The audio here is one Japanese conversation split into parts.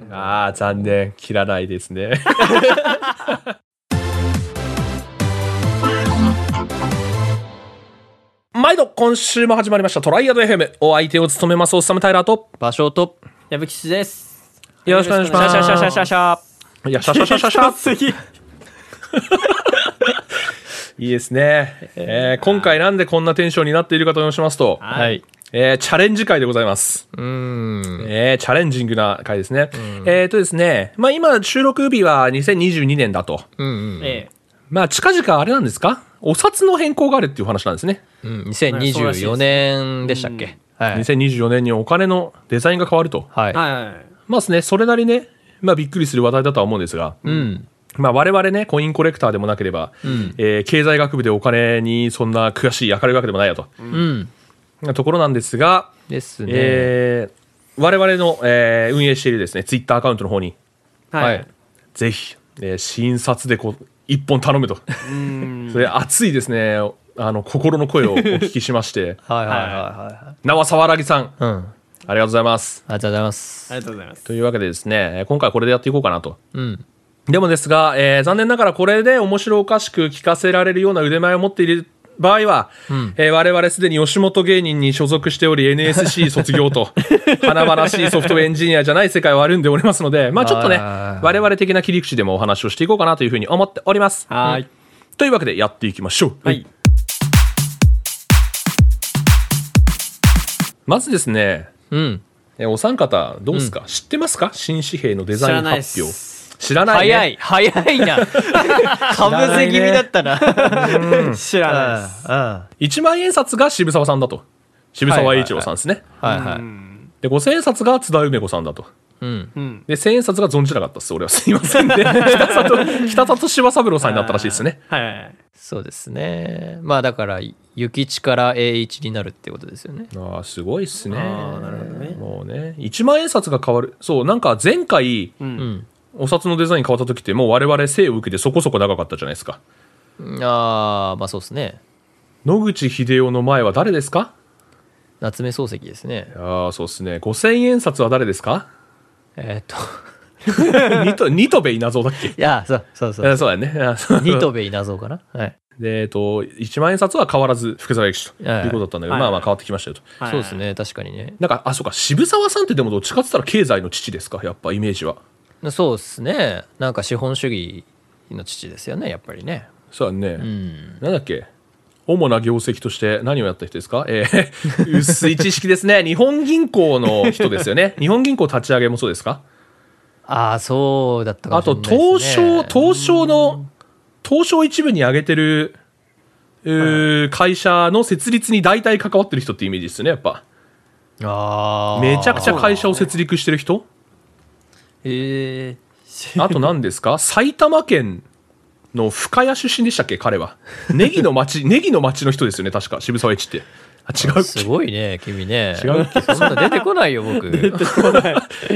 ああ、残念。切らないですね。毎度、今週も始まりましたトライアド FM。お相手を務めます、おっさむタイラーと。 場所と矢吹吉です。 よろしくお願いします。 シャシャシャシャシャいや、シャシャシャシャシャ。 次。 いいですね。今回なんでこんなテンションになっているかと申しますと、 はい。 チャレンジ会でございます。チャレンジングな回ですね。ですね、まあ今収録日は2022年だと。まあ近々あれなんですか？お札の変更があるっていう話なんですね。 2024年でしたっけ？はい。 2024年にお金のデザインが変わると。 はい。 はい。 まあね、それなりね、まあびっくりする話題だとは思うんですが、まあ我々ね、コインコレクターでもなければ、経済学部でお金にそんな詳しい明るいわけでもないよと。ところなんですが、 ですね。 我々の、運営しているですね、ツイッターアカウントの方に、 はい。 ぜひ、診察でこう、一本頼むと。それ熱いですね、心の声をお聞きしまして、縄沢らぎさん、ありがとうございます。 ありがとうございます。 ありがとうございます。 というわけでですね、今回これでやっていこうかなと。でもですが、残念ながらこれで面白おかしく聞かせられるような腕前を持っている場合は、我々すでに吉本芸人に所属しており NSC 卒業と華々しいソフトウェアエンジニアじゃない世界を歩んでおりますので、まあちょっとね我々的な切り口でもお話をしていこうかなというふうに思っております。 はい。 というわけでやっていきましょう。 はい。 まずですね、お三方どうですか、知ってますか？新紙幣のデザイン発表。知らないね。 早いな。かぶせ気味だったな。 知らないです。 1万円札が渋沢さんだと。渋沢栄一郎さんですね。で、5000円札が津田梅子さんだと。で、1000円札が存じなかったです。俺はすいませんね。北里柴三郎さんになったらしいですね。 はい。 そうですね。まあだから、諭吉から栄一になるってことですよね。 ああ、すごいっすね。 なるほどね。 もうね、1万円札が変わる。そう、なんか前回、お札のデザイン変わった時ってもう我々生を受けてそこそこ長かったじゃないですか。 まあそうですね。 野口英世の前は誰ですか？ 夏目漱石ですね。 ああ、そうですね。5000円札は誰ですか？ニトベ稲造だっけ？ いや、そうそうだよね。 ニトベ稲造かな。はい。 で、1万円札は変わらず福沢諭吉ということだったんだけど、まあまあ変わってきましたよと。 そうですね、確かにね。 なんか、そうか、渋沢さんってでもどっちかって言ったら経済の父ですか？やっぱイメージは。 そうですね。なんか資本主義の父ですよね、やっぱりね。 そうだね。なんだっけ？主な業績として何をやった人ですか？薄い知識ですね。日本銀行の人ですよね。日本銀行立ち上げもそうですか？ ああ、そうだったかもしれないですね。 あと東証一部に上げてる会社の設立に大体関わってる人ってイメージですよね、やっぱ。めちゃくちゃ会社を設立してる人？あと何ですか？埼玉県の深谷出身でしたっけ？彼はネギの町の人ですよね、確か渋沢栄一って。違うっけ？ すごいね、君ね。 違うっけ？ そんな出てこないよ、僕。 出てこない。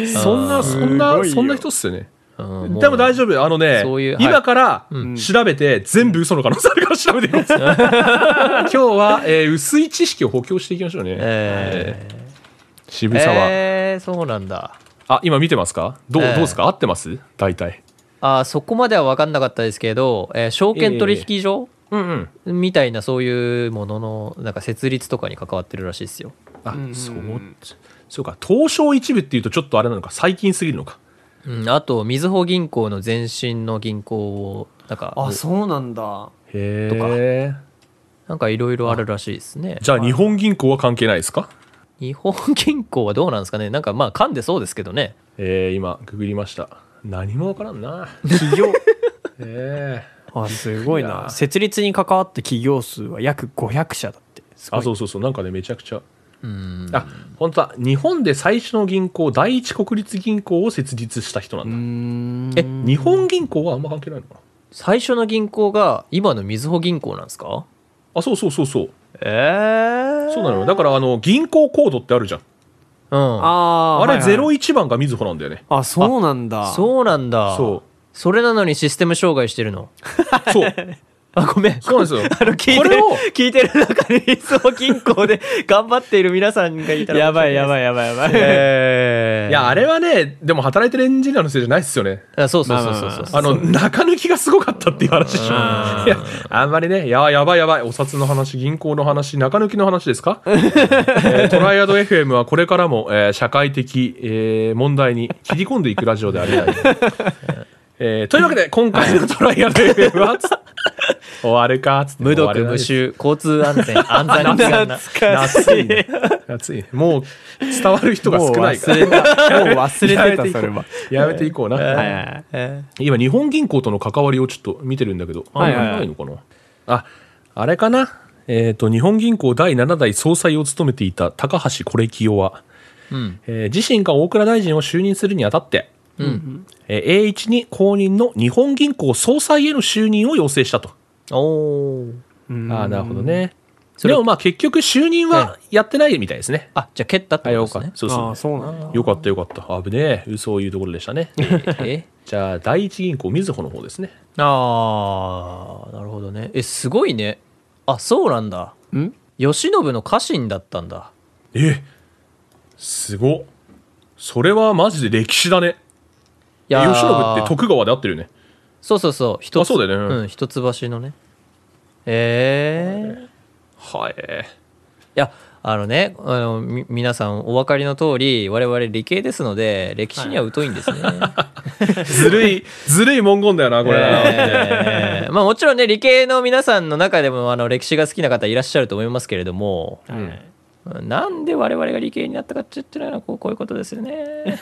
そんな人っすよね。でも大丈夫。今から調べて、全部嘘の可能性あるから調べていきます。今日は、薄い知識を補強していきましょうね。渋沢。 そうなんだ。 あ、今見てますか？どうですか？合ってます？大体。 そこまでは分かんなかったですけど、証券取引所みたいなそういうもののなんか設立とかに関わってるらしいですよ。 そうか。東証一部っていうとちょっとあれなのか、最近すぎるのか。 あとみずほ銀行の前身の銀行をなんかそうなんだ。 へえ。 なんかいろいろあるらしいですね。 じゃあ日本銀行は関係ないですか？ 日本銀行はどうなんですかね。なんかまあ噛んでそうですけどね。 今ググりました。何もわからんな。 企業すごいな。設立に関わった企業数は約500社だって。 そうなんかね、めちゃくちゃ。本当だ。日本で最初の銀行、第一国立銀行を設立した人なんだ。日本銀行はあんま関係ないのかな？ 最初の銀行が今のみずほ銀行なんですか？ そうそうそうなのよ。だから銀行コードってあるじゃん。あれ01番がみずほなんだよね。 そうなんだ。 そうなんだ。それなのにシステム障害してるの。 そうあ、ごめん。 そうなんですよ。 聞いてるこれを、 聞いてる中に、みずほ銀行で頑張っている皆さんがいたら。 やばいやばいい。 やばいやばい。 いや、あれはね、でも働いてるエンジニアのせいじゃないっすよね。 あ、そうそうそうそうそう。 中抜きがすごかったっていう話でしょ。いや、あんまりね、やばい。お札の話、銀行の話、中抜きの話ですかトライアド FM はこれからも、社会的、問題に切り込んでいくラジオでありたい。というわけで、今回のトライアド FM は、終わるか、つって無毒無臭、交通安全、安全祈願な。 夏いね。夏いね。もう伝わる人が少ないから。 もう忘れてた、それは。 やめていこうな。 はいはい今、日本銀行との関わりをちょっと見てるんだけど、 はいはいないのかな。あれかな。日本銀行第7代総裁を務めていた高橋是清は、自身が大蔵大臣を就任するにあたって、A1 に後任の日本銀行総裁への就任を要請したと。 おー。 なるほどね。でもまあ結局就任はやってないみたいですね。 あ、じゃあ蹴ったってことですね。 そうああ、そうなんだ。 よかったよかった。危ねえ。嘘を言うところでしたね。じゃあ第一銀行みずほの方ですね。 ああ、なるほどね。すごいね。あ、そうなんだ。慶喜の家臣だったんだ。 すごっ。それはマジで歴史だね。 いや慶喜って徳川で合ってるよね。 そうそうそう。一つ、 そうだよね。 一橋のね。 はい。 いや、皆さんお分かりの通り、我々理系ですので、歴史には疎いんですね。 ずるい文言だよな、これ。 まあもちろんね、理系の皆さんの中でも歴史が好きな方いらっしゃると思いますけれども、なんで我々が理系になったかって言ってるのはこういうことですよね。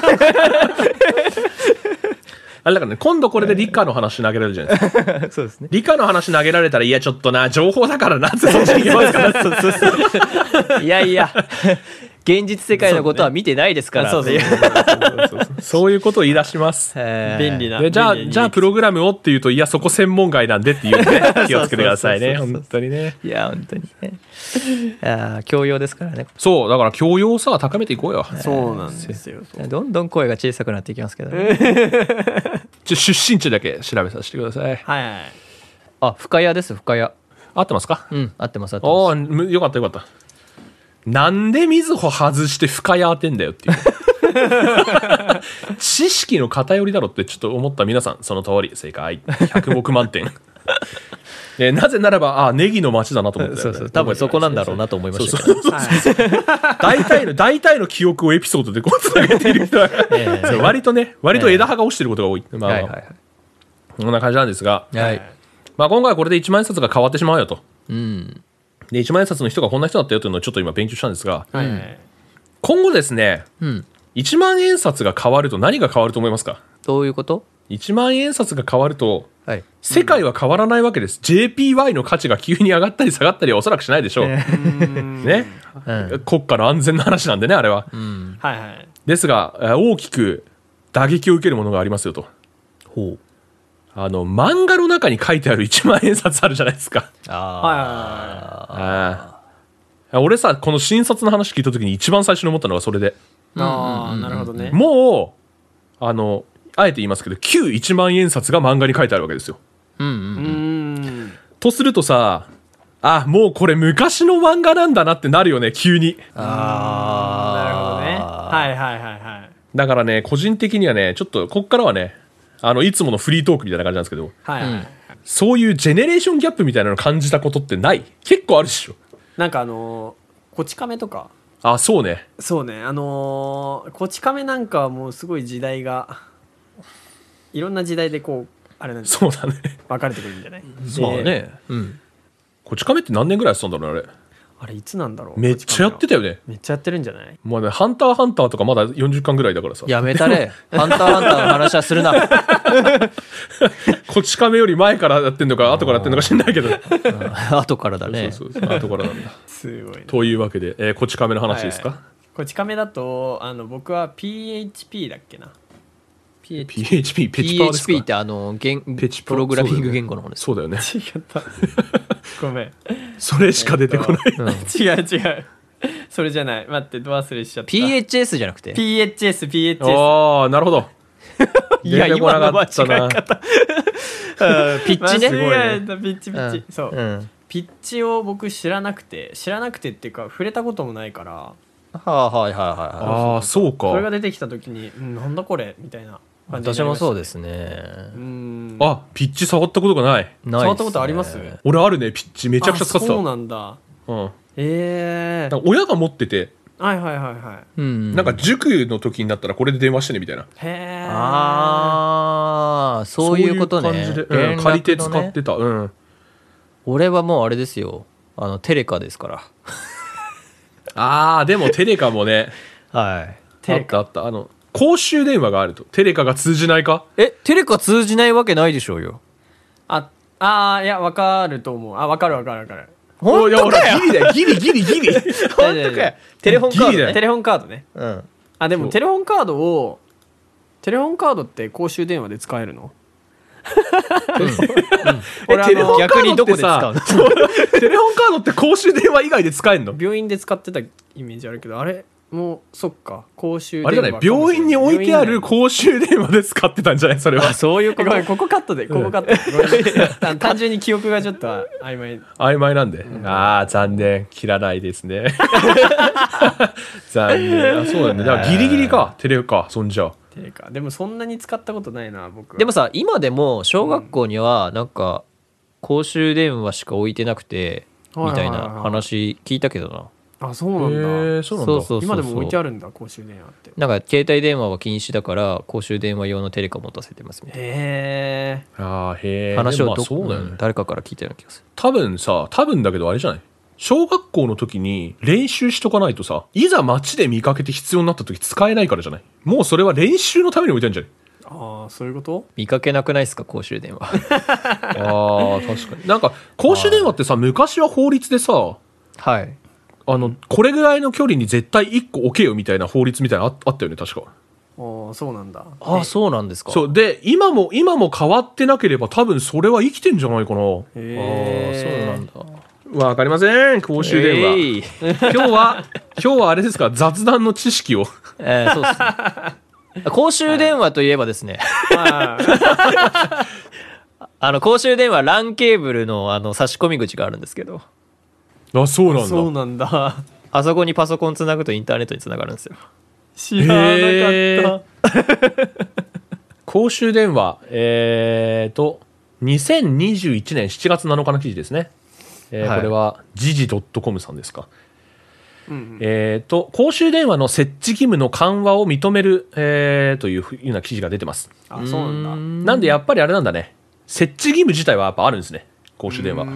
あれだからね、今度これで理科の話投げられるじゃないですか。 そうですね。 理科の話投げられたら、いやちょっとな、情報だからなってそっちに行きますから。 いやいや、現実世界のことは見てないですからっていう。 そういうことを言い出します。 便利な。 でじゃあプログラムをっていうと、いやそこ専門外なんでっていうね、気をつけてくださいね。本当にね。 いや本当にね。教養ですからね。 そうだから教養さ高めていこうよ。 そうなんですよ。 どんどん声が小さくなっていきますけどね。 出身地だけ調べさせてください。 はいはい。 あ、深谷です。深谷。 合ってますか？ うん合ってます。 おーよかったよかった。なんでみずほ外して深谷当てんだよっていう。知識の偏りだろってちょっと思った皆さん、その通り正解。100目満点。なぜならばネギの町だなと思って、 そう多分そこなんだろうなと思いましたけど。 大体の記憶をエピソードでこうつなげている人は割と枝葉が落ちてることが多い。こんな感じなんですが、まあ今回はこれで1万円札が変わってしまうよと。で1万円札の人がこんな人だったよというのをちょっと今勉強したんですが、今後ですね、1万円札が変わると何が変わると思いますか？ どういうこと？ 1万円札が変わると、世界は変わらないわけです。JPY の価値が急に上がったり下がったりはおそらくしないでしょう。ね、国家の安全の話なんでね、あれは。ですが、大きく打撃を受けるものがありますよと。漫画の中に書いてある1万円札あるじゃないですか。俺さ、この新札の話聞いた時に一番最初に思ったのがそれで。 なるほどね。 もうあえて言いますけど、旧1万円札が漫画に書いてあるわけですよ。とするとさ、もうこれ昔の漫画なんだなってなるよね、急に。 なるほどね。 だからね、個人的にはね、ちょっとこっからはね、いつものフリートークみたいな感じなんですけど、そういうジェネレーションギャップみたいなの感じたことってない？結構あるでしょ。 なんかこち亀とか。 そうね。 そうね。こち亀なんかはもうすごい時代がいろんな時代でこうあれなんですそうだね。 分かれてくるんじゃない？ そうね。 こち亀って何年ぐらいやってたんだろうね、 あれいつなんだろう。 めっちゃやってたよね。 めっちゃやってるんじゃない？ もうね、ハンターハンターとかまだ40巻ぐらいだからさ。 やめたれ。ハンターハンターの話はするな。 こち亀より前からやってんのか後からやってんのか知んないけど。 後からだね。 そう後からなんだ。 すごい、ね。 というわけで、こち亀の話ですか？ こち亀だと僕は PHP だっけな。 PHP ペチパーですか？ PHP ってプログラミング言語の方です。 そうだよね。 違った。ごめん。 それしか出てこない。 違う。それじゃない。待って、ど忘れしちゃった。 PHS じゃなくて PHS。 なるほど。 いや、今の間違い方。 ピッチね。 間違えた、ピッチピッチ、そう、 うん。 ピッチを僕知らなくてっていうか触れたこともないから、 はあ、はいはいはいはああそうか。 これが出てきた時に、なんだこれみたいない感じになりましたね。 私もそうですね。 あピッチ触ったことがない。 ないですね。 触ったことあります？ 俺あるね、ピッチめちゃくちゃ使ってた。 そうなんだ。 うん、 なんか親が持ってて、 はいはいはいはい。 うん。 なんか塾の時になったらこれで電話してねみたいな、 へえ。 ああ、そういうことね。 そういう感じで、 連絡のね借りて使ってた。 俺はもうあれですよ。テレカですから。 ああでもテレカもねはい。 あったあった。公衆電話があるとテレカが通じないか。 テレカ通じないわけないでしょうよ。 いや、わかると思う。わかる。 本当かよ。 ギリだよ、ギリ本当かよ。テレホンカードね。 ギリだよテレホンカードね。 うん。 でもテレホンカードって公衆電話で使えるの？俺テレホンカードってさ逆にどこで使うの？ テレホンカードって公衆電話以外で使えんの？ 病院で使ってたイメージあるけど、あれもうそっか、公衆電話あれじゃない、病院に置いてある公衆電話で使ってたんじゃないそれは。 そういうこと。 ごめん、ここカットで、ここカットで。ごめん単純に記憶がちょっと曖昧。 曖昧なんで、ああ残念、切らないですね。残念。そうだね、だからギリギリか、テレか、そんじゃ。 ていうか、でもそんなに使ったことないな、僕は。 でもさ、今でも小学校にはなんか公衆電話しか置いてなくてみたいな話聞いたけどな。 そうなんだ。 そうなんだ。 そう今でも置いてあるんだ、公衆電話って。 なんか携帯電話は禁止だから公衆電話用のテレカ持たせてますみたいへえ。 あーへえ。 な話をそうだよね。 誰かから聞いたような気がする。 多分だけどあれじゃない、小学校の時に練習しとかないとさ、いざ街で見かけて必要になった時使えないからじゃない。もうそれは練習のために置いてあるんじゃない。 そういうこと？ 見かけなくないですか、公衆電話。 確かに。なんか公衆電話ってさ、昔は法律でさ、 はい。 これぐらいの距離に絶対1個置けよみたいな法律みたいなのあったよね確か。 そうなんだ。 そうなんですか。 そうで、今も変わってなければ多分それは生きてんじゃないかな。 そうなんだ。 わかりません、公衆電話。今日はあれですか、雑談の知識を。 そうですね。公衆電話といえばですね、公衆電話 LAN ケーブルの差し込み口があるんですけど、 そうなんだ。 そうなんだ。 あそこにパソコンつなぐとインターネットにつながるんですよ。 知らなかった。 公衆電話、2021年7月7日の記事ですね。これは時事 .com さんですか。公衆電話の設置義務の緩和を認める、というふうな記事が出てます。 そうなんだ。 なんでやっぱりあれなんだね、設置義務自体はやっぱあるんですね、公衆電話。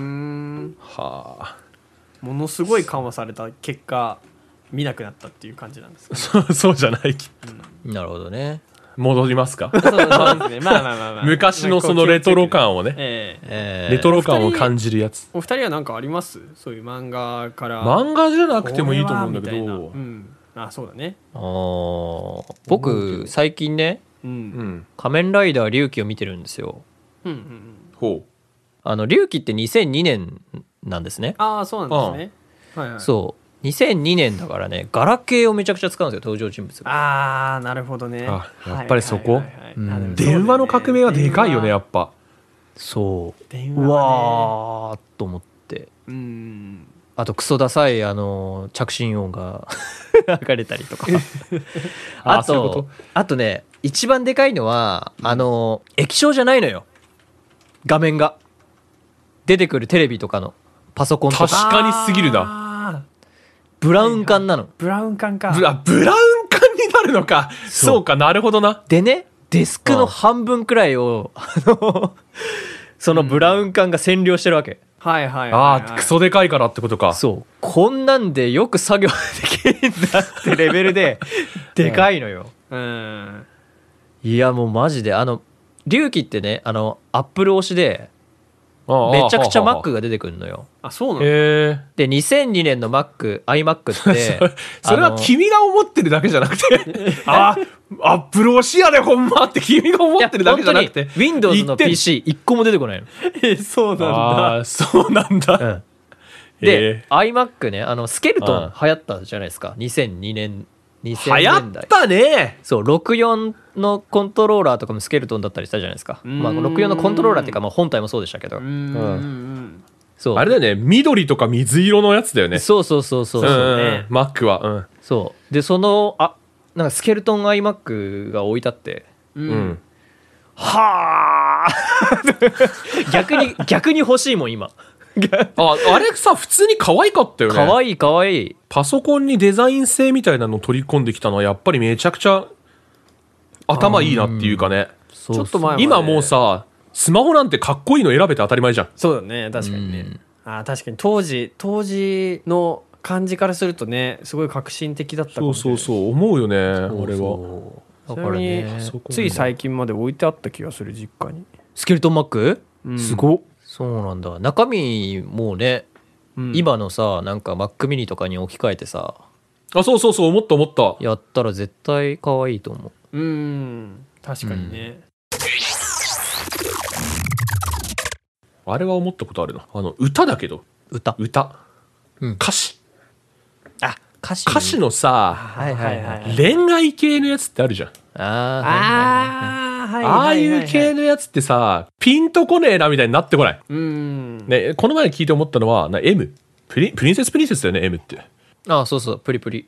ものすごい緩和された結果見なくなったっていう感じなんですか？ そうじゃない、 なるほどね。 戻りますか。 そうですね。まあ昔のそのレトロ感をね、レトロ感を感じるやつ。 お二人は何かあります？そういう漫画から。 漫画じゃなくてもいいと思うんだけど。 そうだね。 僕最近ね、仮面ライダー龍騎を見てるんですよ。 ほう。龍騎って2002年なんですね。 そうなんですね。 そう。2002年だからね、ガラケーをめちゃくちゃ使うんですよ、登場人物が。 なるほどね。 やっぱりそこ。電話の革命はでかいよね、やっぱ。 そう。 電話、うわーっと思って。あとクソダサい着信音が流れたりとか。あとね、一番でかいのは液晶じゃないのよ、画面が出てくるテレビとかのパソコンとか。 確かにすぎるな。 ブラウン管なの。 ブラウン管か。 ブラウン管になるのか。そうか、なるほどな。 でね、デスクの半分くらいをそのブラウン管が占領してるわけ。クソでかいからってことか。 そう、こんなんでよく作業できるんだってレベルででかいのよ。いやもうマジで龍騎ってね、アップル推しでめちゃくちゃ Mac が出てくるのよ。 そうなの？ で2002年の iMac ってそれは君が思ってるだけじゃなくてアップル推しやでほんまって君が思ってるだけじゃなくて、 Windows の PC1 個も出てこないの。 そうなんだ。 そうなんだ。 で iMac ね、スケルトン流行ったじゃないですか、2002年 2000 流行年代ったね。 そう64のコントローラーとかもスケルトンだったりしたじゃないですか。まあ、64のコントローラーっていうか、まあ、本体もそうでしたけど、そうあれだよね、緑とか水色のやつだよね。 そうそうそうそう、 マックは。 そうでなんかスケルトン iMac が置いてあって、はあ逆に欲しいもん今。 あれさ、普通に可愛かったよね。 可愛い可愛い。 パソコンにデザイン性みたいなのを取り込んできたのはやっぱりめちゃくちゃ頭いいなっていうかね。 ちょっと前まで今もうさ、スマホなんてかっこいいの選べて当たり前じゃん。 そうだね、確かにね。確かに当時の感じからするとね、すごい革新的だったかもね。 そう思うよね、俺は。 だからね、つい最近まで置いてあった気がする、実家に。 スケルトン Mac？ すごっ。 そうなんだ。中身もね、今のさ、なんか Mac mini とかに置き換えてさ、 そう思ったやったら絶対可愛いと思う。 確かにね。 あれは思ったことあるな。歌だけど。歌、歌詞。 歌詞のさ、恋愛系のやつってあるじゃん。ああいう系のやつってさ、ピンとこねえなみたいになってこない。ね、この前聞いて思ったのは、M。プリンセスだよね、M って。 そうそう、プリプリ。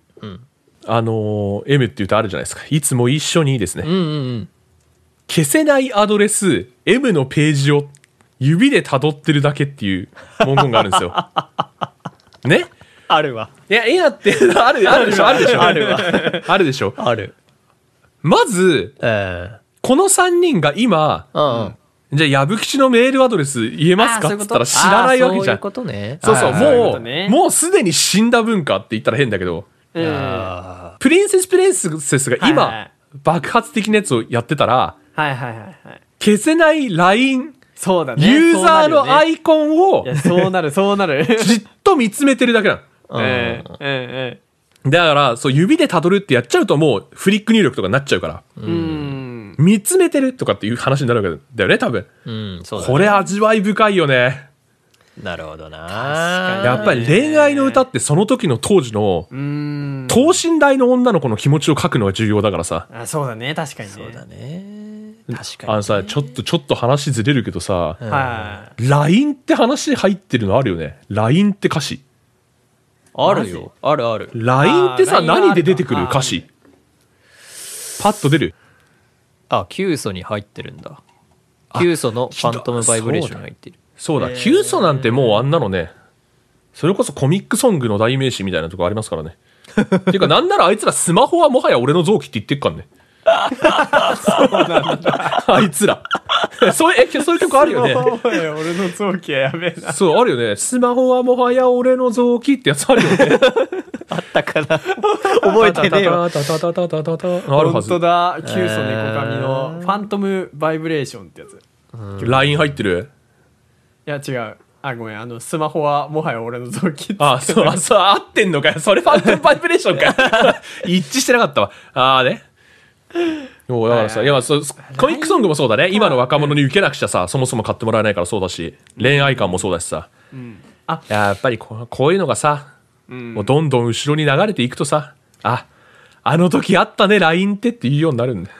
M って歌あるじゃないですか。いつも一緒にですね。消せないアドレス、M のページを指で辿ってるだけっていう文言があるんですよ。ね、 あるわ。 いやってあるでしょ。あるでしょ。まず、この3人が今、じゃあ矢吹吉のメールアドレス言えますかって言ったら知らないわけじゃん。そうもうすでに死んだ文化って言ったら変だけど、プリンセスが今爆発的なやつをやってたら、消せない LINE、 そうだね、 ユーザーのアイコンをそうなるじっと見つめてるだけなの。だからそう指で辿るってやっちゃうともうフリック入力とかになっちゃうから、見つめてるとかっていう話になるわけだよね、多分。そうだね、これ味わい深いよね。 なるほどな。 やっぱり恋愛の歌ってその時の当時の等身大の女の子の気持ちを書くのが重要だからさ。 そうだね、確かにね。 そうだね、確かに。 さ、ちょっと話ずれるけどさ、LINE って話入ってるのあるよね。LINE って歌詞あるよ。ある。 LINE ってさ、何で出てくる歌詞パッと出る？ キュウソに入ってるんだ。キュウソのファントムバイブレーションに入ってる。 そうだ、キュウソなんてもうあんなのね、それこそコミックソングの代名詞みたいなとこありますからね。っていうか、なんならあいつらスマホはもはや俺の臓器って言ってっからね。そうなんだ。あいつら。そういう曲あるよね。 俺の臓器はやべえな。 そう、あるよね。スマホはもはや俺の臓器ってやつあるよね。 あったかな。覚えてねえわ。 あるはず。 本当だ。キュウソ猫髪のファントムバイブレーションってやつ。 LINE 入ってる？ いや違う。ごめん、スマホはもはや俺の臓器って。 そう合ってんのかよ。それファントムバイブレーションかよ。一致してなかったわ。ね。だからさ、コミックソングもそうだね。今の若者に受けなくちゃさ、そもそも買ってもらえないからそうだし、恋愛観もそうだしさ。やっぱりこういうのがさ、もうどんどん後ろに流れていくとさ、あの時あったね LINE っていうようになるんだよ。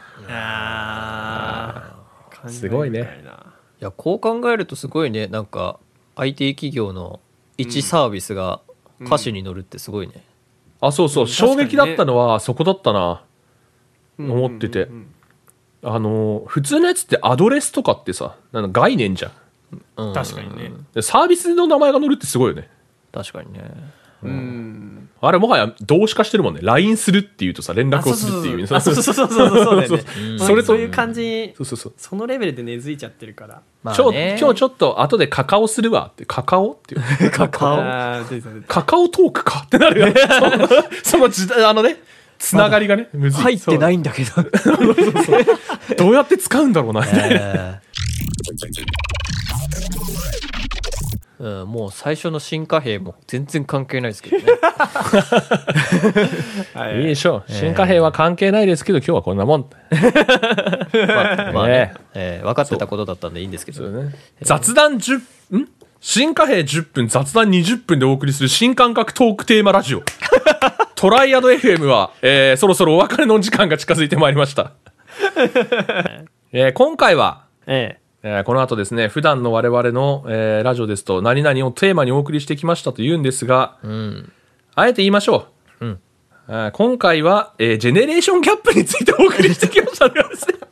すごいね。 いや、こう考えるとすごいね。なんか IT 企業の一サービスが歌詞に乗るってすごいね。 そう、衝撃だったのはそこだったな、思ってて。普通のやつってアドレスとかってさ、なんか概念じゃん。 確かにね。 サービスの名前が載るってすごいよね。 確かにね。 あれもはや動詞化してるもんね。 LINE するっていうとさ、連絡をするっていう。 そうだよね。そういう感じ。そのレベルで根付いちゃってるから。 今日ちょっと後でカカオするわって。カカオっていう。カカオトークかってなるよね。その時代つながりがね、むずい。 入ってないんだけど。 どうやって使うんだろうなみたいな。 もう最初の新貨幣も全然関係ないですけどね。 いいでしょう。新貨幣は関係ないですけど、今日はこんなもん。 まあね、分かってたことだったんでいいんですけどね。 雑談新貨幣10分、雑談20分でお送りする新感覚トークテーマラジオ。 トライアド FM は、そろそろお別れの時間が近づいてまいりました。今回は、この後ですね、普段の我々の、ラジオですと、何々をテーマにお送りしてきましたと言うんですが、あえて言いましょう。今回は、ジェネレーションギャップについてお送りしてきましたですね。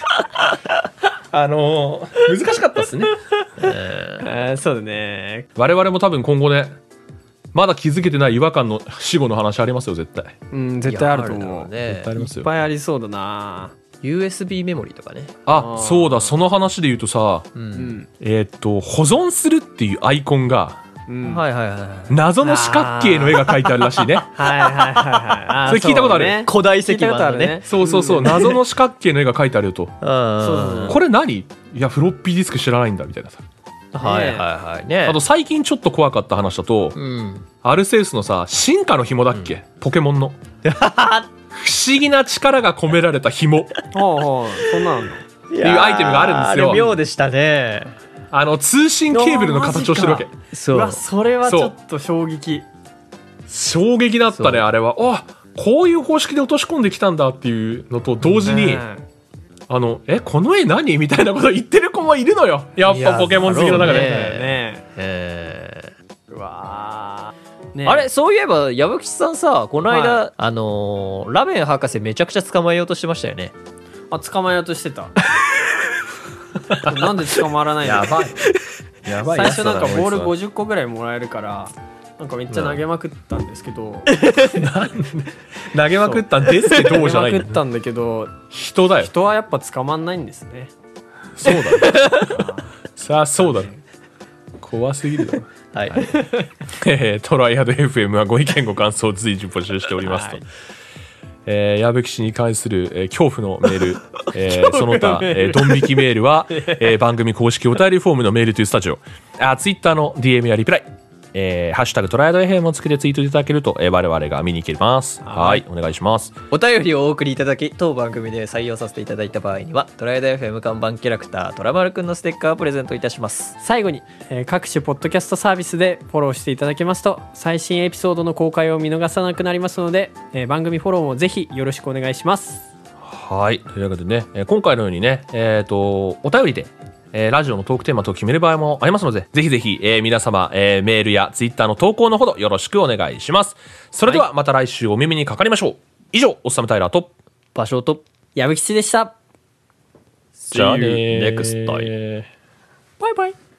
難しかったですね。 そうだね。 我々も多分今後ね、まだ気づけてない違和感の死後の話ありますよ、絶対。 絶対あると思う。 絶対ありますよ。 いっぱいありそうだな。 USB メモリーとかね。 そうだ、その話で言うとさ、保存するっていうアイコンが、謎の四角形の絵が描いてあるらしいね。それ聞いたことある？ 古代石板のね。 そう、謎の四角形の絵が描いてあるよと。これ何？いや、フロッピーディスク知らないんだみたいなさ。あと最近ちょっと怖かった話だと、アルセウスのさ、進化の紐だっけ？ポケモンの。不思議な力が込められた紐。 そんなの？ っていうアイテムがあるんですよ。 あれ妙でしたね。 通信ケーブルの形をしてるわけ。 それはちょっと衝撃だったね。あれはこういう方式で落とし込んできたんだっていうのと同時に、この絵何みたいなこと言ってる子もいるのよ。やっぱポケモン好きの中で。 うわね、あれそういえば矢吹さんさ、この間、ラメン博士めちゃくちゃ捕まえようとしてましたよね。 捕まえようとしてた。なんで捕まらないの？やばい。最初なんかボール50個ぐらいもらえるからなんかめっちゃ投げまくったんですけど、 投げまくったんですけどじゃない投げまくったんだけど、 人はやっぱ捕まんないんですね。 そうだね。さあそうだね。怖すぎるだろ。はい。トライアド FM はご意見ご感想を随時募集しておりますと。矢吹氏に関する、恐怖のメール、その他、ドン引きメールは、番組公式お便りフォームのメールトゥースタジオ、ツイッターの DM やリプライ、ハッシュタグトライアド FM をつけてツイートいただけると、我々が見に行けます。はい、お願いします。 お便りをお送りいただき、当番組で採用させていただいた場合には、トライアド FM 看板キャラクタートラマルくんのステッカーをプレゼントいたします。 最後に、各種ポッドキャストサービスでフォローしていただけますと最新エピソードの公開を見逃さなくなりますので、番組フォローもぜひよろしくお願いします。 はい、というわけでね、今回のようにね、お便りでラジオのトークテーマと決める場合もありますので、ぜひぜひ、皆様、メールやツイッターの投稿のほどよろしくお願いします。それではまた来週お耳にかかりましょう。以上、おっさむタイラーと場所と矢吹吉でした。 じゃあねー。See you next time. バイバイ。